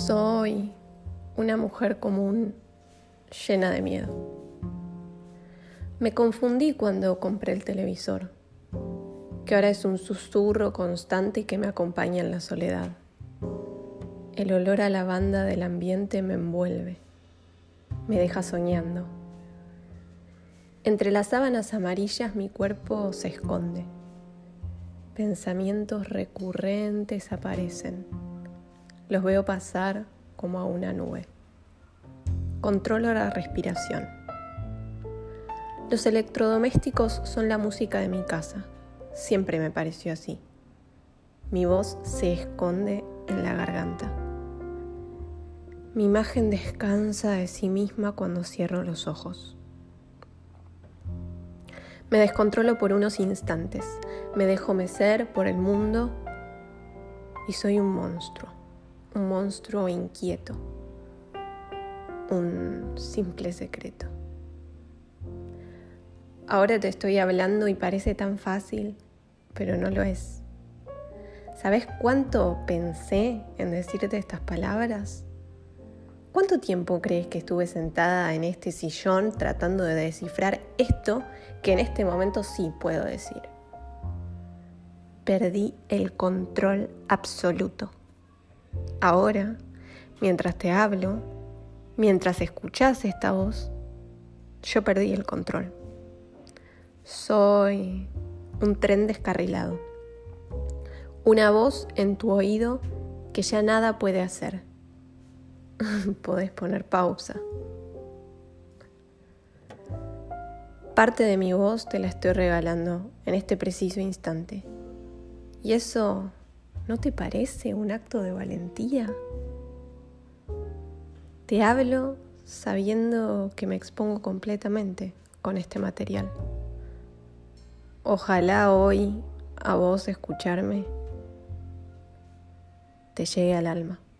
Soy una mujer común llena de miedo. Me confundí cuando compré el televisor, que ahora es un susurro constante y que me acompaña en la soledad. El olor a lavanda del ambiente me envuelve, me deja soñando. Entre las sábanas amarillas mi cuerpo se esconde. Pensamientos recurrentes aparecen. Los veo pasar como a una nube. Controlo la respiración. Los electrodomésticos son la música de mi casa. Siempre me pareció así. Mi voz se esconde en la garganta. Mi imagen descansa de sí misma cuando cierro los ojos. Me descontrolo por unos instantes. Me dejo mecer por el mundo y soy un monstruo inquieto, un simple secreto. Ahora te estoy hablando y parece tan fácil, pero no lo es. ¿Sabes cuánto pensé en decirte estas palabras? ¿Cuánto tiempo crees que estuve sentada en este sillón tratando de descifrar esto que en este momento sí puedo decir? Perdí el control absoluto. Ahora, mientras te hablo, mientras escuchas esta voz, yo perdí el control. Soy un tren descarrilado. Una voz en tu oído que ya nada puede hacer. Podés poner pausa. Parte de mi voz te la estoy regalando en este preciso instante. ¿Y eso no te parece un acto de valentía? Te hablo sabiendo que me expongo completamente con este material. Ojalá hoy a vos escucharme te llegue al alma.